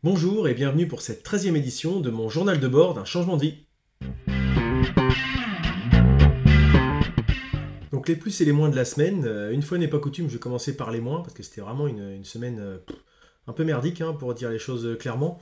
Bonjour et bienvenue pour cette 13e édition de mon journal de bord d'un changement de vie. Donc les plus et les moins de la semaine, une fois n'est pas coutume, je vais commencer par les moins parce que c'était vraiment une semaine un peu merdique pour dire les choses clairement.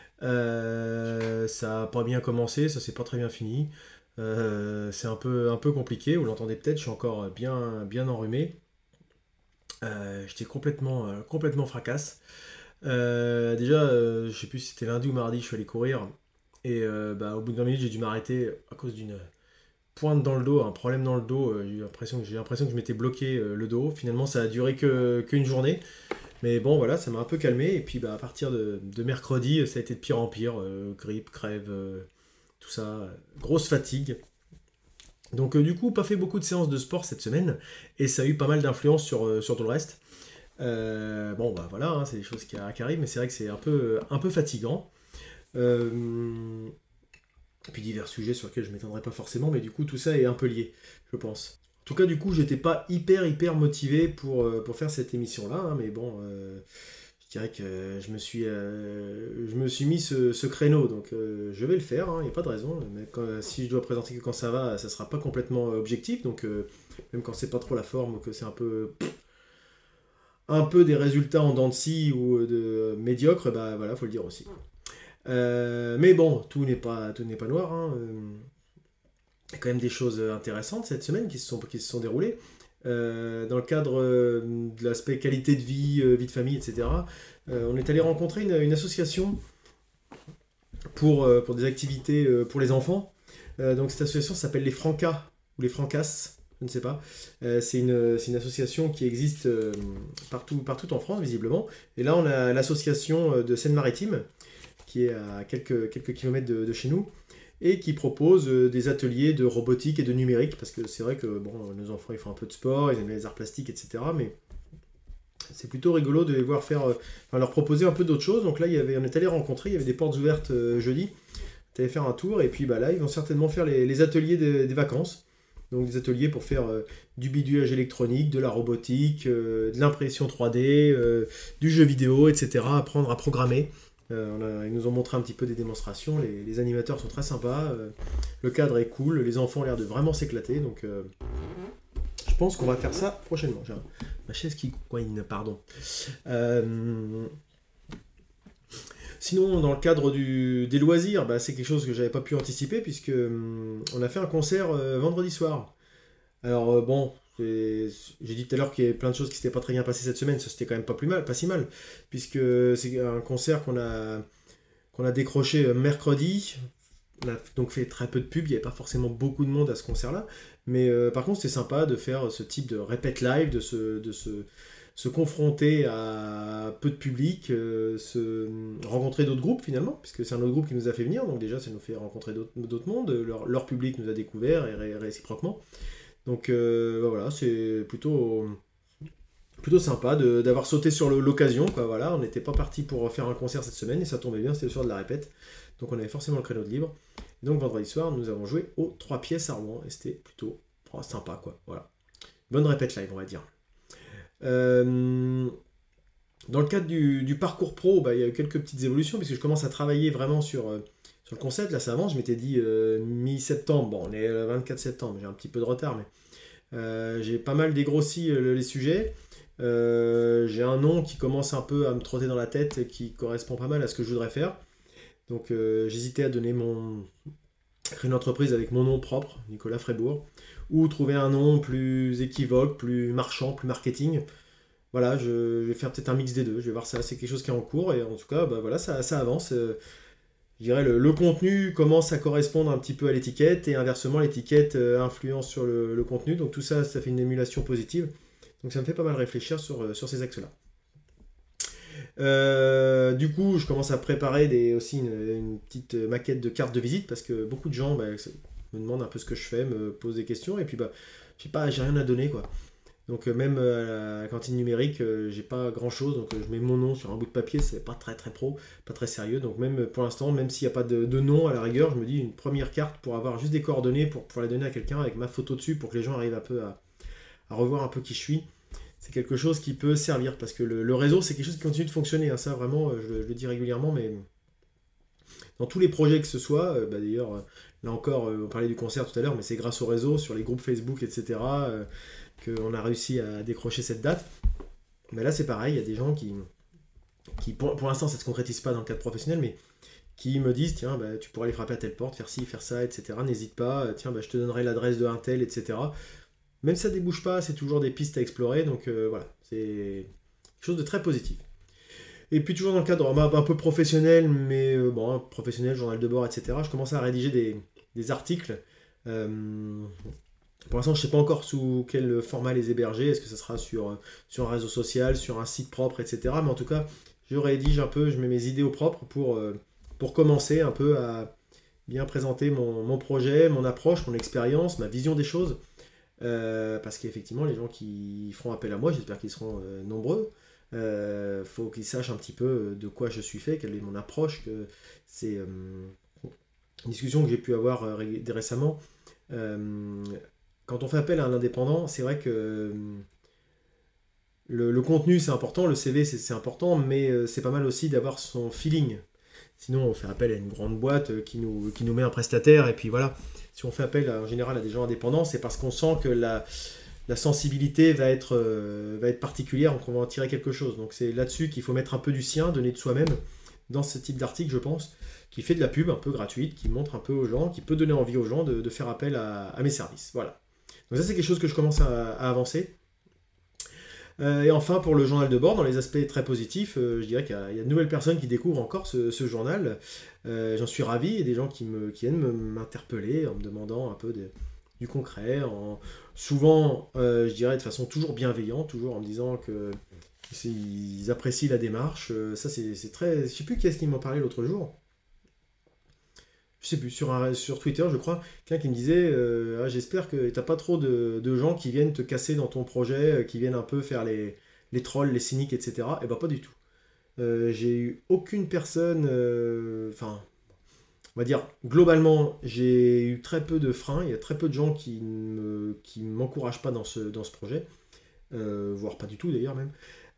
Ça n'a pas bien commencé, ça s'est pas très bien fini. C'est un peu compliqué, vous l'entendez peut-être, je suis encore bien enrhumé. J'étais complètement fracasse. Déjà, je sais plus si c'était lundi ou mardi, je suis allé courir. Et au bout de 20 minutes, j'ai dû m'arrêter à cause d'une pointe dans le dos, un problème dans le dos. J'ai l'impression que je m'étais bloqué le dos. Finalement, ça a duré qu'une journée. Mais bon, voilà, ça m'a un peu calmé. Et puis, à partir de mercredi, ça a été de pire en pire. Grippe, crève, tout ça. Grosse fatigue. Donc, du coup, pas fait beaucoup de séances de sport cette semaine. Et ça a eu pas mal d'influence sur tout le reste. Voilà, c'est des choses qui arrivent. Mais c'est vrai que c'est un peu fatigant. Euh, et puis divers sujets sur lesquels je ne m'étendrai pas forcément, mais du coup tout ça est un peu lié, je pense. En tout cas, du coup, j'étais pas hyper motivé pour faire cette émission-là, mais bon, je dirais que je me suis mis ce créneau, donc je vais le faire, il n'y a pas de raison. Mais si je dois présenter que quand ça va, ça sera pas complètement objectif, donc même quand c'est pas trop la forme, ou que c'est un peu des résultats en dents de scie ou de médiocres, bah voilà, faut le dire aussi. Mais bon, tout n'est pas noir. Il y a quand même des choses intéressantes cette semaine qui se sont déroulées. Dans le cadre de l'aspect qualité de vie, vie de famille, etc., on est allé rencontrer une association pour des activités pour les enfants. Donc cette association s'appelle les Francas ou les Francas, je ne sais pas. C'est une association qui existe partout en France, visiblement. Et là, on a l'association de Seine-Maritime, qui est à quelques kilomètres de chez nous, et qui propose des ateliers de robotique et de numérique, parce que c'est vrai que bon, nos enfants ils font un peu de sport, ils aiment les arts plastiques, etc. Mais c'est plutôt rigolo de les voir faire, leur proposer un peu d'autres choses. Donc là, on est allé rencontrer, il y avait des portes ouvertes jeudi, on est allé faire un tour, et puis là, ils vont certainement faire les ateliers des vacances. Donc des ateliers pour faire du bidouillage électronique, de la robotique, de l'impression 3D, du jeu vidéo, etc. Apprendre à programmer. Ils nous ont montré un petit peu des démonstrations, les animateurs sont très sympas, le cadre est cool, les enfants ont l'air de vraiment s'éclater, donc je pense qu'on va faire ça prochainement. J'ai ma chaise qui coine, pardon. Euh, Sinon, dans le cadre des loisirs, c'est quelque chose que j'avais pas pu anticiper puisque on a fait un concert vendredi soir. Alors bon, j'ai dit tout à l'heure qu'il y avait plein de choses qui s'étaient pas très bien passées cette semaine, ça c'était quand même pas plus mal, pas si mal, puisque c'est un concert qu'on a décroché mercredi. On a donc fait très peu de pub, il n'y avait pas forcément beaucoup de monde à ce concert-là, mais par contre c'était sympa de faire ce type de répète live, de se confronter à peu de public, rencontrer d'autres groupes finalement, puisque c'est un autre groupe qui nous a fait venir, donc déjà ça nous fait rencontrer d'autres mondes, leur public nous a découvert et réciproquement. Donc voilà, c'est plutôt sympa d'avoir sauté sur l'occasion, quoi. Voilà, on n'était pas parti pour faire un concert cette semaine et ça tombait bien, c'était le soir de la répète. Donc on avait forcément le créneau de libre. Et donc vendredi soir, nous avons joué aux 3 pièces à Rouen et c'était plutôt sympa, quoi. Voilà. Bonne répète live, on va dire. Euh, Dans le cadre du parcours pro, il y a eu quelques petites évolutions puisque je commence à travailler vraiment sur le concept. Là, ça avance. Je m'étais dit mi-septembre. Bon, on est le 24 septembre, j'ai un petit peu de retard, mais j'ai pas mal dégrossi les sujets. J'ai un nom qui commence un peu à me trotter dans la tête et qui correspond pas mal à ce que je voudrais faire. Donc j'hésitais à créer une entreprise avec mon nom propre, Nicolas Frébourg, ou trouver un nom plus équivoque, plus marchand, plus marketing. Voilà, je vais faire peut-être un mix des deux. Je vais voir ça. C'est quelque chose qui est en cours et en tout cas, voilà, ça avance. Je dirais le contenu commence à correspondre un petit peu à l'étiquette et inversement l'étiquette influence sur le contenu. Donc tout ça, ça fait une émulation positive. Donc ça me fait pas mal réfléchir sur ces axes-là. Du coup, je commence à préparer aussi une petite maquette de carte de visite parce que beaucoup de gens me demandent un peu ce que je fais, me posent des questions et puis j'ai rien à donner, quoi. Donc même à la cantine numérique, j'ai pas grand chose, donc je mets mon nom sur un bout de papier, c'est pas très très pro, pas très sérieux. Donc même pour l'instant, même s'il n'y a pas de nom à la rigueur, je me dis une première carte pour avoir juste des coordonnées pour pouvoir la donner à quelqu'un avec ma photo dessus pour que les gens arrivent un peu à revoir un peu qui je suis. c'est quelque chose qui peut servir, parce que le réseau, c'est quelque chose qui continue de fonctionner, hein. Ça vraiment, je le dis régulièrement, mais dans tous les projets que ce soit, d'ailleurs, là encore, on parlait du concert tout à l'heure, mais c'est grâce au réseau, sur les groupes Facebook, etc., qu'on a réussi à décrocher cette date. Mais là, c'est pareil, il y a des gens qui pour l'instant, ça ne se concrétise pas dans le cadre professionnel, mais qui me disent, tiens, tu pourrais aller frapper à telle porte, faire ci, faire ça, etc. N'hésite pas, tiens, je te donnerai l'adresse de un tel, etc. Même si ça ne débouche pas, c'est toujours des pistes à explorer, donc voilà, c'est quelque chose de très positif. Et puis toujours dans le cadre un peu professionnel, mais professionnel, journal de bord, etc., je commence à rédiger des articles. Pour l'instant, je ne sais pas encore sous quel format les héberger. Est-ce que ça sera sur un réseau social, sur un site propre, etc. Mais en tout cas, je rédige un peu, je mets mes idées au propre pour commencer un peu à bien présenter mon projet, mon approche, mon expérience, ma vision des choses. Parce qu'effectivement, les gens qui feront appel à moi, j'espère qu'ils seront nombreux. Faut qu'ils sachent un petit peu de quoi je suis fait, quelle est mon approche. C'est une discussion que j'ai pu avoir récemment. Quand on fait appel à un indépendant, c'est vrai que le contenu c'est important, le CV c'est important, mais c'est pas mal aussi d'avoir son feeling. Sinon, on fait appel à une grande boîte qui nous met un prestataire, et puis voilà. Si on fait appel en général à des gens indépendants, c'est parce qu'on sent que la sensibilité va être particulière, donc on va en tirer quelque chose. Donc c'est là-dessus qu'il faut mettre un peu du sien, donner de soi-même, dans ce type d'article, je pense, qui fait de la pub un peu gratuite, qui montre un peu aux gens, qui peut donner envie aux gens de faire appel à mes services. Voilà. Donc ça, c'est quelque chose que je commence à avancer. Et enfin, pour le journal de bord, dans les aspects très positifs, je dirais qu'il y a de nouvelles personnes qui découvrent encore ce journal. J'en suis ravi, il y a des gens qui viennent m'interpeller en me demandant un peu du concret, souvent, je dirais de façon toujours bienveillante, toujours en me disant qu'ils apprécient la démarche. Ça, c'est très... Je sais plus qui est-ce qui m'en parlait l'autre jour. Je sais plus, sur Twitter, je crois, quelqu'un qui me disait j'espère que t'as pas trop de gens qui viennent te casser dans ton projet, qui viennent un peu faire les trolls, les cyniques, etc. Et bah pas du tout. J'ai eu aucune personne, on va dire, globalement, j'ai eu très peu de freins, il y a très peu de gens qui m'encouragent pas dans ce projet, voire pas du tout d'ailleurs même.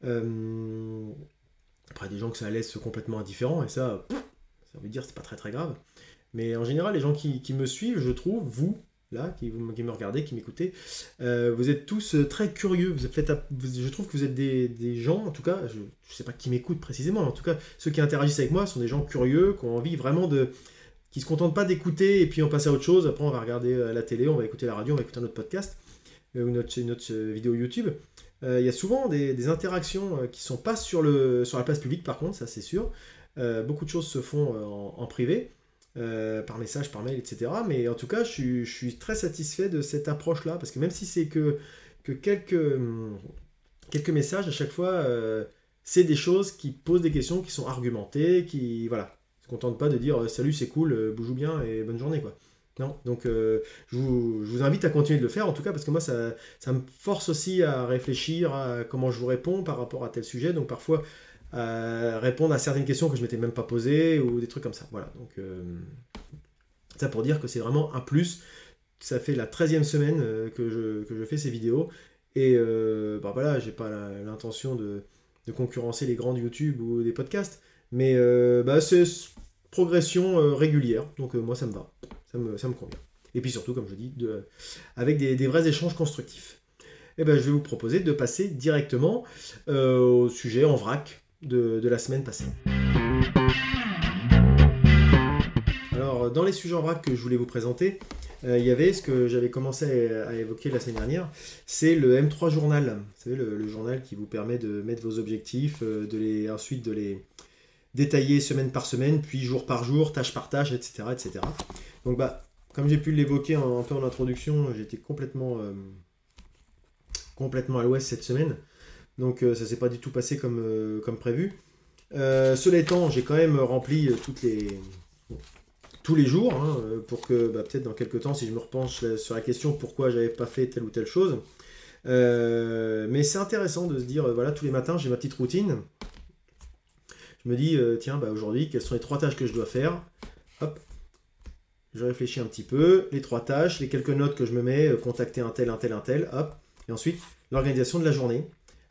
Après, des gens que ça laisse complètement indifférents, et ça veut dire c'est pas très très grave. Mais en général, les gens qui me suivent, je trouve, vous, là, qui me regardez, qui m'écoutez, vous êtes tous très curieux. Je trouve que vous êtes des gens, en tout cas, je ne sais pas qui m'écoute précisément, mais en tout cas, ceux qui interagissent avec moi sont des gens curieux, qui ont envie vraiment qui se contentent pas d'écouter et puis on passe à autre chose. Après, on va regarder la télé, on va écouter la radio, on va écouter un autre podcast ou notre vidéo YouTube. Il y a souvent des interactions qui sont pas sur la place publique, par contre, ça c'est sûr. Beaucoup de choses se font en privé. Par message, par mail, etc. Mais en tout cas, je suis très satisfait de cette approche-là, parce que même si c'est que quelques messages à chaque fois, c'est des choses qui posent des questions, qui sont argumentées, qui voilà, se contentent pas de dire salut, c'est cool, joue bien et bonne journée, quoi. Non, donc je vous invite à continuer de le faire, en tout cas, parce que moi, ça me force aussi à réfléchir à comment je vous réponds par rapport à tel sujet. Donc parfois, répondre à certaines questions que je m'étais même pas posées ou des trucs comme ça. Voilà, donc ça pour dire que c'est vraiment un plus. Ça fait la 13e semaine que je fais ces vidéos et voilà, j'ai pas l'intention de concurrencer les grands YouTube ou des podcasts, mais c'est progression régulière, donc moi ça me va, ça me convient. Et puis surtout, comme je dis, avec des vrais échanges constructifs. Et je vais vous proposer de passer directement au sujet en vrac de la semaine passée. Alors, dans les sujets en vrac que je voulais vous présenter, il y avait ce que j'avais commencé à évoquer la semaine dernière, c'est le M3 Journal. Vous savez, le journal qui vous permet de mettre vos objectifs, ensuite de les détailler semaine par semaine, puis jour par jour, tâche par tâche, etc. etc. Donc, comme j'ai pu l'évoquer un peu en introduction, j'étais complètement à l'ouest cette semaine. Donc ça s'est pas du tout passé comme prévu. Cela étant, j'ai quand même rempli tous les jours, hein, pour que peut-être dans quelques temps, si je me repenche sur la question pourquoi j'avais pas fait telle ou telle chose. Mais c'est intéressant de se dire, voilà, tous les matins j'ai ma petite routine. Je me dis, tiens, aujourd'hui, quelles sont les 3 tâches que je dois faire? Hop, je réfléchis un petit peu, les 3 tâches, les quelques notes que je me mets, contacter un tel, hop, et ensuite l'organisation de la journée.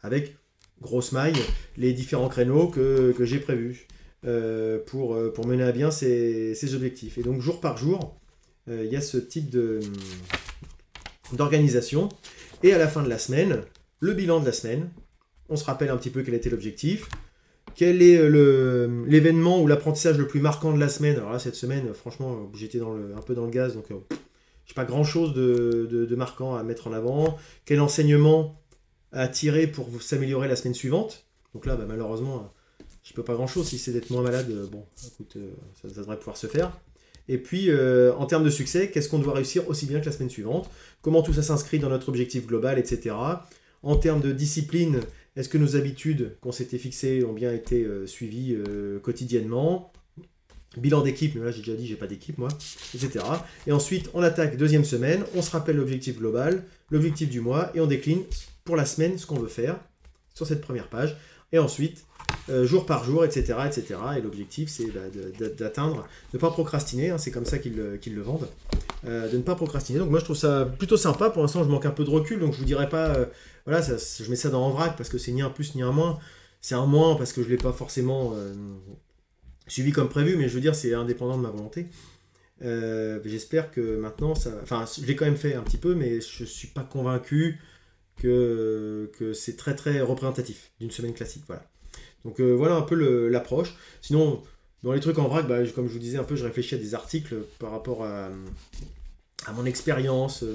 avec grosse maille les différents créneaux que j'ai prévus pour mener à bien ces objectifs. Et donc jour par jour, il y a ce type d'organisation. Et à la fin de la semaine, le bilan de la semaine, on se rappelle un petit peu quel était l'objectif, quel est l'événement ou l'apprentissage le plus marquant de la semaine. Alors là, cette semaine, franchement, j'étais un peu dans le gaz, donc j'ai pas grand-chose de marquant à mettre en avant. Quel enseignement à tirer pour s'améliorer la semaine suivante. Donc là, malheureusement, je peux pas grand-chose. Si c'est d'être moins malade, bon, écoute, ça devrait pouvoir se faire. Et puis, en termes de succès, qu'est-ce qu'on doit réussir aussi bien que la semaine suivante? Comment tout ça s'inscrit dans notre objectif global, etc. En termes de discipline, est-ce que nos habitudes qu'on s'était fixées ont bien été suivies quotidiennement? Bilan d'équipe, mais là j'ai déjà dit, j'ai pas d'équipe moi, etc. Et ensuite, on attaque deuxième semaine, on se rappelle l'objectif global, l'objectif du mois, et on décline pour la semaine ce qu'on veut faire sur cette première page. Et ensuite, jour par jour, etc. etc. Et l'objectif, c'est d'atteindre, de ne pas procrastiner, hein, c'est comme ça qu'ils le vendent, de ne pas procrastiner. Donc moi, je trouve ça plutôt sympa. Pour l'instant, je manque un peu de recul, donc je vous dirais pas, voilà, je mets ça dans en vrac parce que c'est ni un plus ni un moins. C'est un moins parce que je ne l'ai pas forcément suivi comme prévu, mais je veux dire, c'est indépendant de ma volonté. J'espère que maintenant, enfin, je l'ai quand même fait un petit peu, mais je ne suis pas convaincu que c'est très très représentatif d'une semaine classique. Voilà. Donc voilà un peu l'approche. Sinon, dans les trucs en vrac, comme je vous disais un peu, je réfléchis à des articles par rapport à mon expérience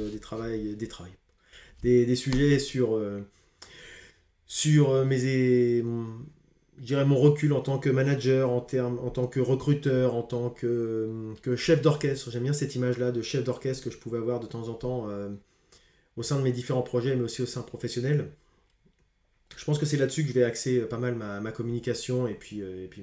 des sujets sur je dirais mon recul en tant que manager, en tant que recruteur, en tant que chef d'orchestre. J'aime bien cette image-là de chef d'orchestre que je pouvais avoir de temps en temps au sein de mes différents projets, mais aussi au sein professionnel. Je pense que c'est là-dessus que je vais axer pas mal ma communication et puis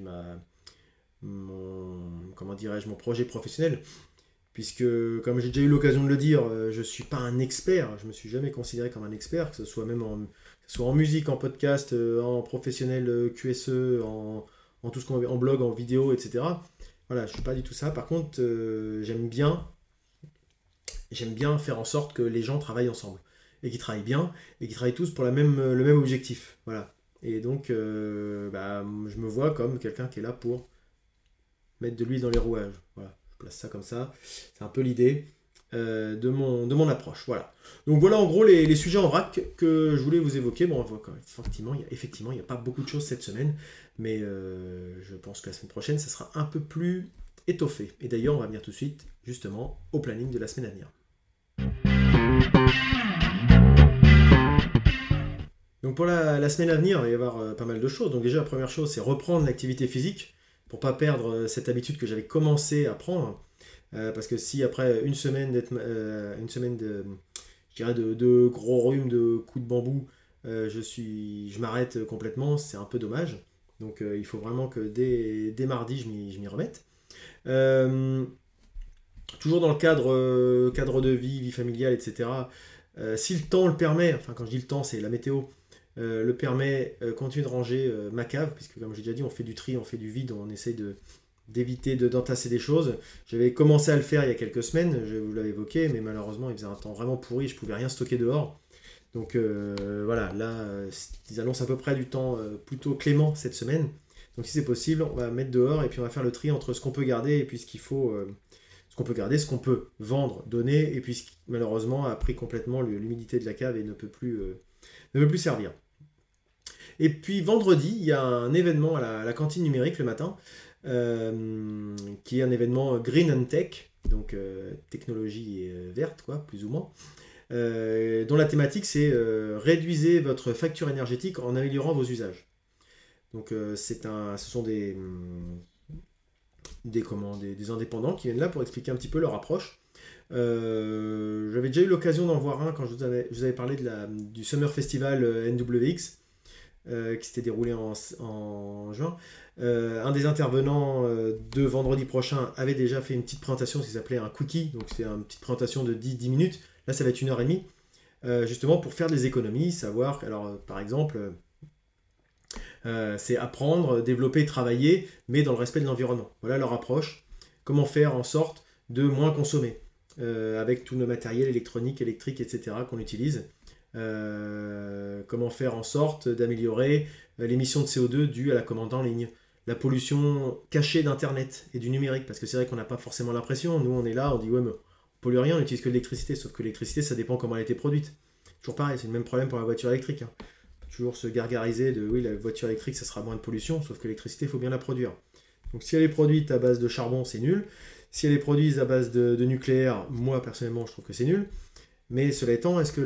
mon projet professionnel. Puisque, comme j'ai déjà eu l'occasion de le dire, je ne suis pas un expert, je ne me suis jamais considéré comme un expert, que ce soit même en musique, en podcast, en professionnel QSE, en tout ce qu'on veut, en blog, en vidéo, etc. Voilà, je ne suis pas du tout ça. Par contre, j'aime bien faire en sorte que les gens travaillent ensemble et qu'ils travaillent bien et qu'ils travaillent tous pour le même objectif. Voilà. Et donc, je me vois comme quelqu'un qui est là pour mettre de l'huile dans les rouages. Voilà, je place ça comme ça. C'est un peu l'idée de mon approche. Voilà. Donc voilà en gros les sujets en vrac que je voulais vous évoquer. Bon, effectivement, il n'y a pas beaucoup de choses cette semaine, mais je pense que la semaine prochaine, ça sera un peu plus étoffé. Et d'ailleurs, on va venir tout de suite, justement, au planning de la semaine à venir. Donc pour la semaine à venir, il va y avoir pas mal de choses. Donc déjà, la première chose, c'est reprendre l'activité physique pour pas perdre cette habitude que j'avais commencé à prendre. Parce que si après une semaine de gros rhume, de coups de bambou, je m'arrête complètement, c'est un peu dommage. Donc il faut vraiment que dès mardi, je m'y remette. Toujours dans le cadre de vie familiale, etc. Si le temps le permet, enfin quand je dis le temps, c'est la météo, le permet, continue de ranger ma cave, puisque comme j'ai déjà dit, on fait du tri, on fait du vide, on essaye d'éviter d'entasser des choses. J'avais commencé à le faire il y a quelques semaines, je vous l'avais évoqué, mais malheureusement il faisait un temps vraiment pourri, je pouvais rien stocker dehors. Donc voilà, là ils annoncent à peu près du temps plutôt clément cette semaine. Donc si c'est possible, on va mettre dehors et puis on va faire le tri entre ce qu'on peut garder et puis ce qu'il faut, ce qu'on peut garder, ce qu'on peut vendre, donner, et puis ce qui malheureusement a pris complètement l'humidité de la cave et ne peut plus servir. Et puis vendredi, il y a un événement à la cantine numérique le matin, qui est un événement Green and Tech, donc technologie verte, quoi, plus ou moins, dont la thématique c'est réduisez votre facture énergétique en améliorant vos usages. Donc ce sont des indépendants qui viennent là pour expliquer un petit peu leur approche. J'avais déjà eu l'occasion d'en voir un quand je vous avais parlé du Summer Festival NWX, qui s'était déroulé en juin. Un des intervenants de vendredi prochain avait déjà fait une petite présentation, ce qui s'appelait un quickie, donc c'est une petite présentation de 10 minutes. Là ça va être 1h30, justement pour faire des économies, savoir, alors par exemple, c'est apprendre, développer, travailler, mais dans le respect de l'environnement. Voilà leur approche. Comment faire en sorte de moins consommer avec tout le matériel électronique, électrique, etc. qu'on utilise. comment faire en sorte d'améliorer l'émission de CO2 due à la commande en ligne, la pollution cachée d'Internet et du numérique, parce que c'est vrai qu'on n'a pas forcément l'impression, nous on est là, on dit ouais mais on pollue rien, on n'utilise que de l'électricité, sauf que l'électricité ça dépend comment elle a été produite. Toujours pareil, c'est le même problème pour la voiture électrique. Hein. Toujours se gargariser de oui la voiture électrique ça sera moins de pollution, sauf que l'électricité il faut bien la produire. Donc si elle est produite à base de charbon c'est nul, si elle est produite à base de nucléaire, moi personnellement je trouve que c'est nul, mais cela étant, est-ce que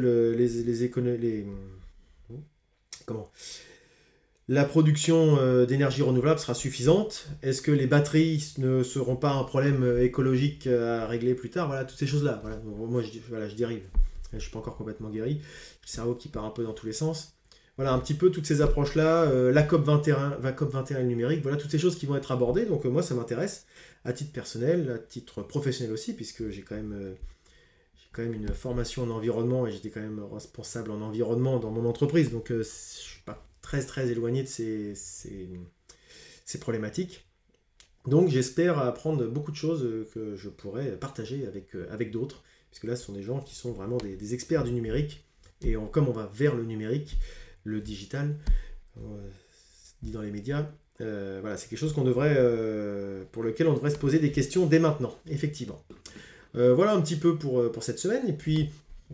comment la production d'énergie renouvelable sera suffisante? Est-ce que les batteries ne seront pas un problème écologique à régler plus tard? Voilà, toutes ces choses-là. Voilà. Moi, je dérive. Je ne suis pas encore complètement guéri. Le cerveau qui part un peu dans tous les sens. Voilà, un petit peu toutes ces approches-là. La COP21 et le numérique. Voilà, toutes ces choses qui vont être abordées. Donc, moi, ça m'intéresse à titre personnel, à titre professionnel aussi, puisque j'ai quand même une formation en environnement et j'étais quand même responsable en environnement dans mon entreprise. Donc, je ne suis pas très éloigné de ces problématiques. Donc j'espère apprendre beaucoup de choses que je pourrais partager avec d'autres, puisque là ce sont des gens qui sont vraiment des experts du numérique, et comme on va vers le numérique, le digital, dit dans les médias, voilà, c'est quelque chose pour lequel on devrait se poser des questions dès maintenant, effectivement. Voilà un petit peu pour cette semaine, et puis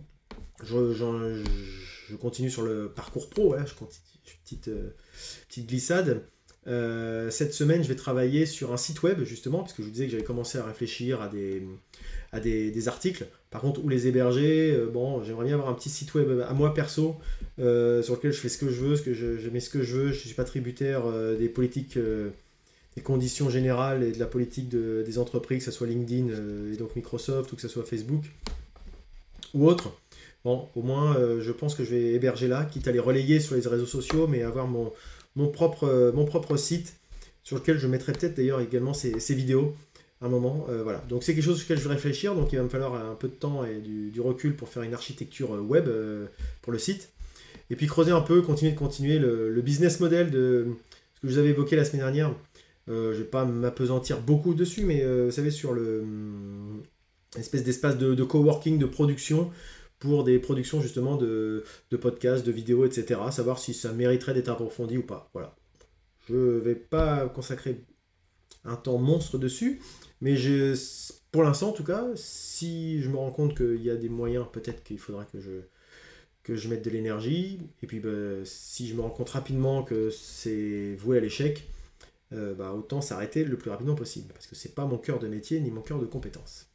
je continue sur le parcours pro, voilà, petite glissade. Cette semaine, je vais travailler sur un site web, justement, parce que je vous disais que j'avais commencé à réfléchir à des articles. Par contre, où les héberger, bon, j'aimerais bien avoir un petit site web à moi perso, sur lequel je fais ce que je veux, je mets ce que je veux, je ne suis pas tributaire des politiques, des conditions générales et de la politique des entreprises, que ce soit LinkedIn et donc Microsoft, ou que ce soit Facebook, ou autre. Bon, au moins, je pense que je vais héberger là, quitte à les relayer sur les réseaux sociaux, mais avoir mon propre site sur lequel je mettrai peut-être d'ailleurs également ces vidéos à un moment. Voilà. Donc c'est quelque chose sur lequel je vais réfléchir, donc il va me falloir un peu de temps et du recul pour faire une architecture web pour le site. Et puis creuser un peu, continuer le business model de ce que je vous avais évoqué la semaine dernière. Je ne vais pas m'apesantir beaucoup dessus, mais vous savez, sur espèce d'espace de coworking, de production, pour des productions justement de podcasts, de vidéos, etc. Savoir si ça mériterait d'être approfondi ou pas. Voilà. Je ne vais pas consacrer un temps monstre dessus, mais pour l'instant en tout cas, si je me rends compte qu'il y a des moyens, peut-être qu'il faudra que je mette de l'énergie, et puis si je me rends compte rapidement que c'est voué à l'échec, autant s'arrêter le plus rapidement possible, parce que c'est pas mon cœur de métier ni mon cœur de compétence.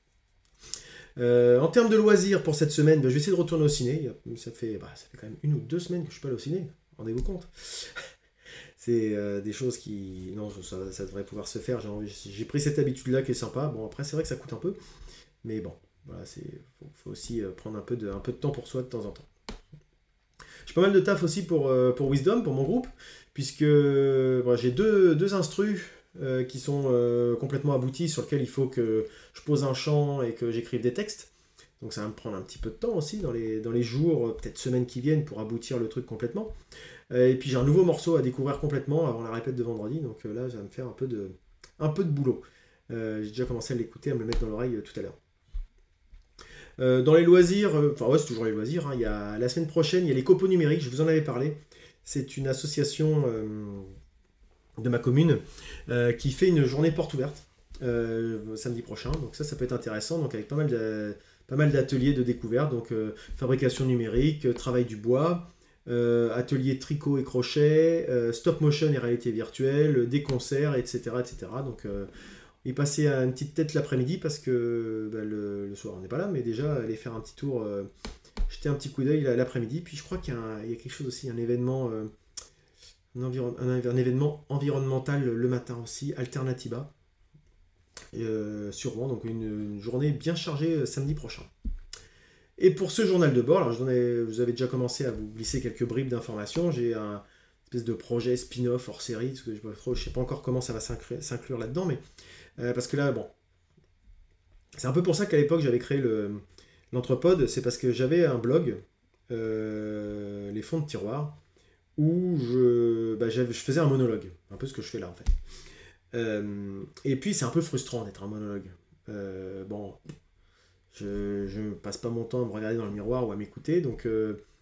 En termes de loisirs pour cette semaine, je vais essayer de retourner au ciné. Ça fait quand même 1 ou 2 semaines que je ne suis pas allé au ciné. Rendez-vous compte. C'est des choses qui... Non, ça devrait pouvoir se faire. J'ai pris cette habitude-là qui est sympa. Bon, après, c'est vrai que ça coûte un peu. Mais bon, voilà, faut aussi prendre un peu de temps pour soi de temps en temps. J'ai pas mal de taf aussi pour Wisdom, pour mon groupe, puisque j'ai deux instrus qui sont complètement aboutis, sur lesquels il faut que je pose un champ et que j'écrive des textes. Donc ça va me prendre un petit peu de temps aussi dans les jours, peut-être semaines qui viennent, pour aboutir le truc complètement. Et puis j'ai un nouveau morceau à découvrir complètement avant la répète de vendredi, donc là ça va me faire un peu de boulot. J'ai déjà commencé à l'écouter, à me le mettre dans l'oreille tout à l'heure. Dans les loisirs, c'est toujours les loisirs, hein, la semaine prochaine il y a les copeaux numériques, je vous en avais parlé. C'est une association de ma commune qui fait une journée porte ouverte samedi prochain, donc ça peut être intéressant, donc avec pas mal d'ateliers de découverte, donc fabrication numérique, travail du bois, atelier tricot et crochet, stop motion et réalité virtuelle, des concerts, etc. Donc y passer à une petite tête l'après-midi, parce que le soir on n'est pas là, mais déjà aller faire un petit tour, jeter un petit coup d'œil l'après-midi. Puis je crois qu'il y a quelque chose aussi, un événement un événement environnemental le matin aussi, Alternativa, sûrement, donc une journée bien chargée samedi prochain. Et pour ce journal de bord, alors vous avez déjà commencé à vous glisser quelques bribes d'informations, j'ai un espèce de projet spin-off hors série, parce que je ne sais pas encore comment ça va s'inclure là-dedans, mais parce que là, bon, c'est un peu pour ça qu'à l'époque j'avais créé l'Entrepode, c'est parce que j'avais un blog, les fonds de tiroir, où je faisais un monologue, un peu ce que je fais là en fait. Et puis c'est un peu frustrant d'être un monologue. Je passe pas mon temps à me regarder dans le miroir ou à m'écouter, donc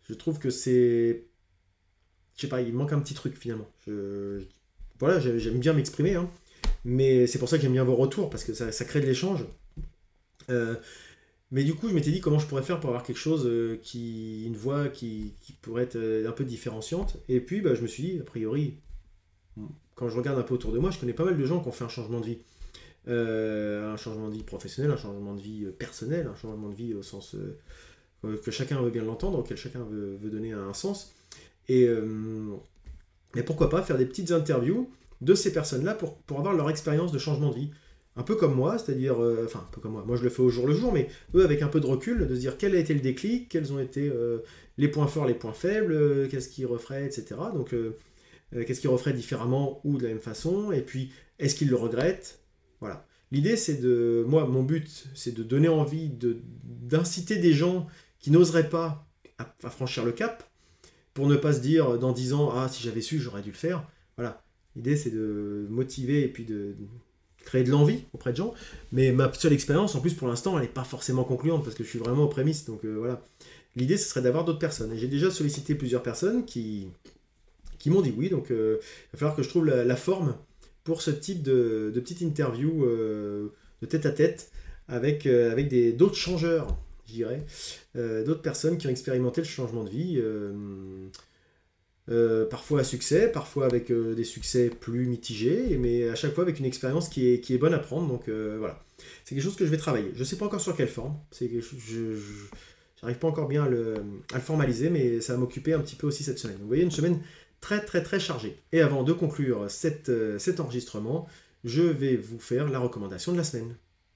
Je trouve que c'est... Je sais pas, il manque un petit truc finalement. Voilà, j'aime bien m'exprimer, hein, mais c'est pour ça que j'aime bien vos retours, parce que ça crée de l'échange. Euh, mais du coup, je m'étais dit comment je pourrais faire pour avoir quelque chose une voix qui pourrait être un peu différenciante. Et puis, bah, je me suis dit, a priori, quand je regarde un peu autour de moi, je connais pas mal de gens qui ont fait un changement de vie. Un changement de vie professionnel, un changement de vie personnel, un changement de vie au sens que chacun veut bien l'entendre, auquel chacun veut donner un sens. Et, mais pourquoi pas faire des petites interviews de ces personnes-là pour avoir leur expérience de changement de vie. Un peu comme moi, c'est-à-dire, enfin un peu comme moi je le fais au jour le jour, mais eux avec un peu de recul, de se dire quel a été le déclic, quels ont été les points forts, les points faibles, qu'est-ce qu'ils referaient, etc. Donc qu'est-ce qu'ils referaient différemment ou de la même façon, et puis est-ce qu'ils le regrettent. Voilà. L'idée c'est mon but c'est de donner envie, d'inciter des gens qui n'oseraient pas à franchir le cap, pour ne pas se dire dans 10 ans, ah si j'avais su j'aurais dû le faire. Voilà. L'idée c'est de motiver et puis de créer de l'envie auprès de gens, mais ma seule expérience en plus pour l'instant elle n'est pas forcément concluante parce que je suis vraiment aux prémices, donc voilà. L'idée ce serait d'avoir d'autres personnes, et j'ai déjà sollicité plusieurs personnes qui m'ont dit oui, donc il va falloir que je trouve la forme pour ce type de petite interview de tête à tête avec d'autres changeurs, je dirais, d'autres personnes qui ont expérimenté le changement de vie, parfois à succès, parfois avec des succès plus mitigés, mais à chaque fois avec une expérience qui est bonne à prendre, donc voilà. C'est quelque chose que je vais travailler. Je ne sais pas encore sur quelle forme, j'arrive pas encore bien à le formaliser, mais ça va m'occuper un petit peu aussi cette semaine. Vous voyez, une semaine très très très chargée. Et avant de conclure cet enregistrement, je vais vous faire la recommandation de la semaine.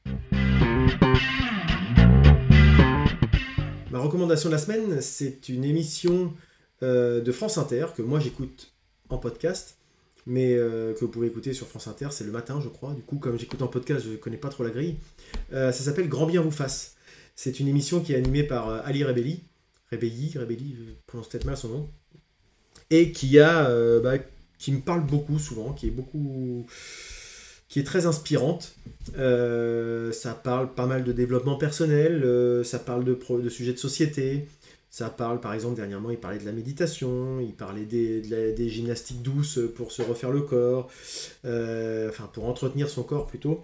Ma recommandation de la semaine, c'est une émission de France Inter, que moi j'écoute en podcast, mais que vous pouvez écouter sur France Inter, c'est le matin je crois, du coup comme j'écoute en podcast, je ne connais pas trop la grille. Ça s'appelle Grand bien vous fasse. C'est une émission qui est animée par Ali Rebelli, je prononce peut-être mal son nom, et qui me parle beaucoup souvent, qui est très inspirante. Ça parle pas mal de développement personnel, ça parle de sujets de société. Ça parle, par exemple, dernièrement, il parlait de la méditation, il parlait des gymnastiques douces pour se refaire le corps, pour entretenir son corps plutôt.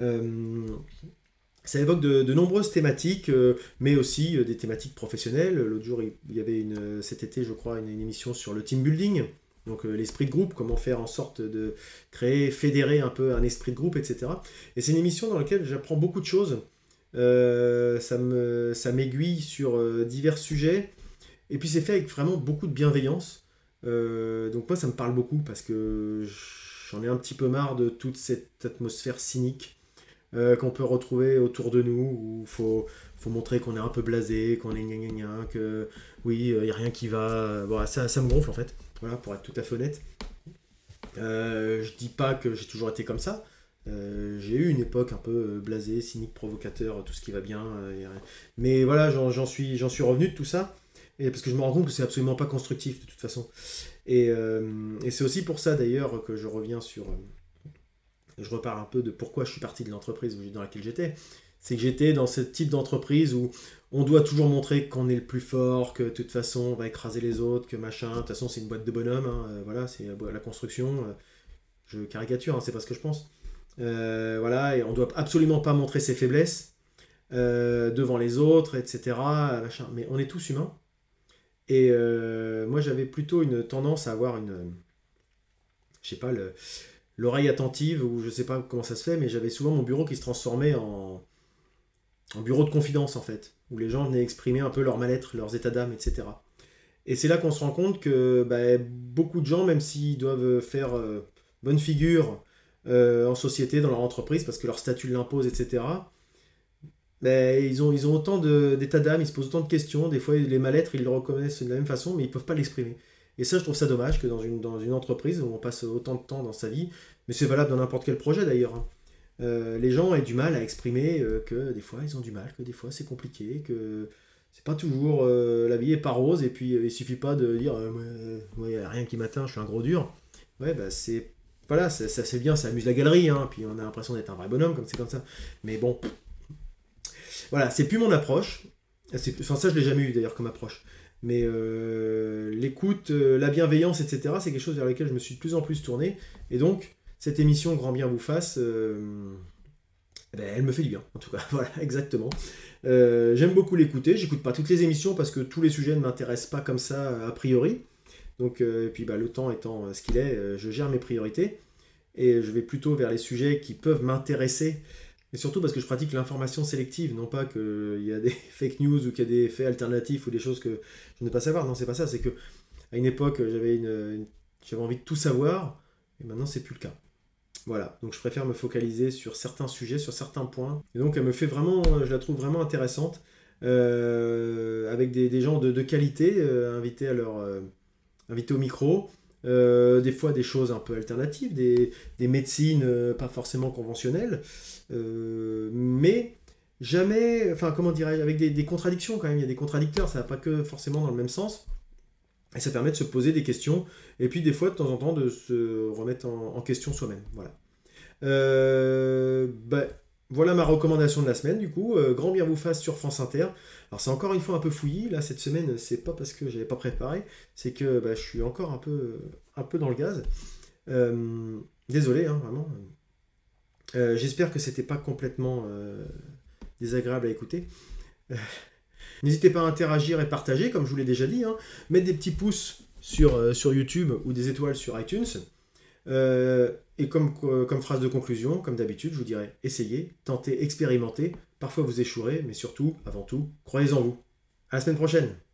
Ça évoque de nombreuses thématiques, mais aussi des thématiques professionnelles. L'autre jour, il y avait cet été, je crois, une émission sur le team building, donc l'esprit de groupe, comment faire en sorte de fédérer un peu un esprit de groupe, etc. Et c'est une émission dans laquelle j'apprends beaucoup de choses. Ça m'aiguille sur divers sujets, et puis c'est fait avec vraiment beaucoup de bienveillance. Donc moi ça me parle beaucoup parce que j'en ai un petit peu marre de toute cette atmosphère cynique qu'on peut retrouver autour de nous, où faut montrer qu'on est un peu blasé, qu'on est gna gna gna, que oui, il n'y a rien qui va. Bon, ça me gonfle en fait, voilà, pour être tout à fait honnête. Je dis pas que j'ai toujours été comme ça. J'ai eu une époque un peu blasée, cynique, provocateur, tout ce qui va bien. Mais voilà, j'en suis revenu de tout ça. Et parce que je me rends compte que c'est absolument pas constructif de toute façon. Et c'est aussi pour ça d'ailleurs que je reviens sur... je repars un peu de pourquoi je suis parti de l'entreprise dans laquelle j'étais. C'est que j'étais dans ce type d'entreprise où on doit toujours montrer qu'on est le plus fort, que de toute façon on va écraser les autres, que machin. De toute façon c'est une boîte de bonhomme, hein, voilà, c'est la construction. Je caricature, hein, c'est pas ce que je pense. Voilà, et on doit absolument pas montrer ses faiblesses devant les autres, etc. Machin. Mais on est tous humains. Et moi, j'avais plutôt une tendance à avoir je sais pas, l'oreille attentive, ou je sais pas comment ça se fait, mais j'avais souvent mon bureau qui se transformait en bureau de confidence, en fait, où les gens venaient exprimer un peu leur mal-être, leurs états d'âme, etc. Et c'est là qu'on se rend compte que beaucoup de gens, même s'ils doivent faire bonne figure en société, dans leur entreprise, parce que leur statut l'impose, etc., ils ont autant d'états d'âme, ils se posent autant de questions, des fois les mal-être, ils le reconnaissent de la même façon, mais ils ne peuvent pas l'exprimer. Et ça, je trouve ça dommage que dans une entreprise où on passe autant de temps dans sa vie, mais c'est valable dans n'importe quel projet d'ailleurs, hein, les gens aient du mal à exprimer que des fois ils ont du mal, que des fois c'est compliqué, que c'est pas toujours la vie est pas rose, et puis il suffit pas de dire ouais, y a rien qui m'atteint, je suis un gros dur. Ouais, c'est voilà, ça c'est bien, ça amuse la galerie, hein, puis on a l'impression d'être un vrai bonhomme comme c'est comme ça. Mais bon, voilà, c'est plus mon approche. Ça je l'ai jamais eu d'ailleurs comme approche. Mais l'écoute, la bienveillance, etc., c'est quelque chose vers lequel je me suis de plus en plus tourné. Et donc, cette émission Grand bien vous fasse, elle me fait du bien, en tout cas. Voilà, exactement. J'aime beaucoup l'écouter. J'écoute pas toutes les émissions parce que tous les sujets ne m'intéressent pas comme ça a priori. Donc, et puis le temps étant ce qu'il est, je gère mes priorités. Et je vais plutôt vers les sujets qui peuvent m'intéresser. Et surtout parce que je pratique l'information sélective, non pas qu'il y a des fake news ou qu'il y a des faits alternatifs ou des choses que je ne veux pas savoir. Non, c'est pas ça. C'est que à une époque, j'avais envie de tout savoir, et maintenant, c'est plus le cas. Voilà, donc je préfère me focaliser sur certains sujets, sur certains points. Et donc elle me fait vraiment, je la trouve vraiment intéressante, avec des gens de qualité, invités au micro. Des fois des choses un peu alternatives, des médecines pas forcément conventionnelles, mais jamais, enfin comment dirais-je, avec des contradictions quand même, il y a des contradicteurs, ça va pas que forcément dans le même sens, et ça permet de se poser des questions, et puis des fois de temps en temps de se remettre en question soi-même. Voilà. Bah, voilà ma recommandation de la semaine, du coup. Grand bien vous fasse sur France Inter. Alors, c'est encore une fois un peu fouillis. Là, cette semaine, c'est pas parce que j'avais pas préparé, c'est que je suis encore un peu dans le gaz. Désolé, hein, vraiment. J'espère que c'était pas complètement désagréable à écouter. Euh, N'hésitez pas à interagir et partager, comme je vous l'ai déjà dit. Hein. Mettre des petits pouces sur YouTube ou des étoiles sur iTunes. Et comme phrase de conclusion, comme d'habitude, je vous dirais essayez, tentez, expérimentez. Parfois vous échouerez, mais surtout, avant tout, croyez en vous. À la semaine prochaine!